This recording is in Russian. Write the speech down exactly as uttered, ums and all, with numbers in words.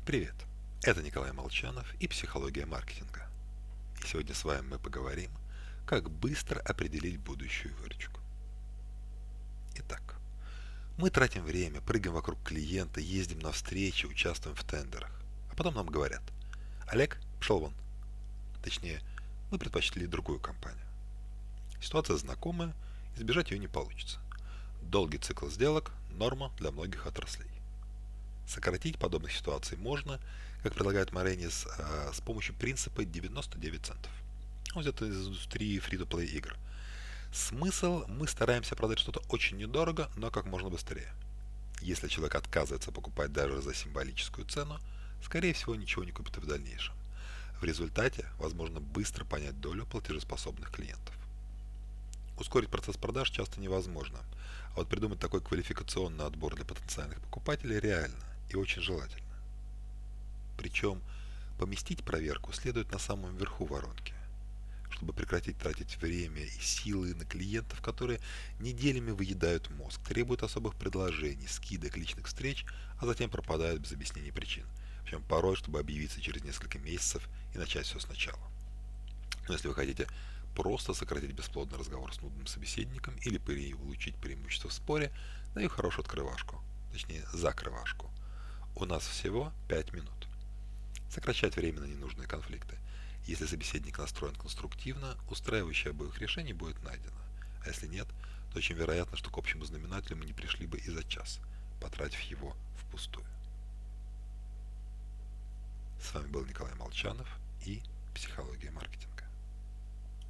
Привет! Это Николай Молчанов и «Психология маркетинга». И сегодня с вами мы поговорим, как быстро определить будущую выручку. Итак, мы тратим время, прыгаем вокруг клиента, ездим на встречи, участвуем в тендерах. А потом нам говорят: Олег, пошел вон. Точнее, мы предпочли другую компанию. Ситуация знакомая, избежать ее не получится. Долгий цикл сделок – норма для многих отраслей. Сократить подобных ситуаций можно, как предлагает Моренис, э, с помощью принципа девяносто девять центов. Он взят из индустрии free-to-play игр. Смысл: мы стараемся продать что-то очень недорого, но как можно быстрее. Если человек отказывается покупать даже за символическую цену, скорее всего ничего не купит и в дальнейшем. В результате возможно быстро понять долю платежеспособных клиентов. Ускорить процесс продаж часто невозможно, а вот придумать такой квалификационный отбор для потенциальных покупателей реально и очень желательно. Причем поместить проверку следует на самом верху воронки, чтобы прекратить тратить время и силы на клиентов, которые неделями выедают мозг, требуют особых предложений, скидок, личных встреч, а затем пропадают без объяснений причин. Причем порой, чтобы объявиться через несколько месяцев и начать все сначала. Но если вы хотите просто сократить бесплодный разговор с нудным собеседником или получить преимущество в споре, даю хорошую открывашку, точнее закрывашку. У нас всего пять минут. Сокращать время на ненужные конфликты. Если собеседник настроен конструктивно, устраивающее обоих решений будет найдено. А если нет, то очень вероятно, что к общему знаменателю мы не пришли бы и за час, потратив его впустую. С вами был Николай Молчанов и «Психология маркетинга».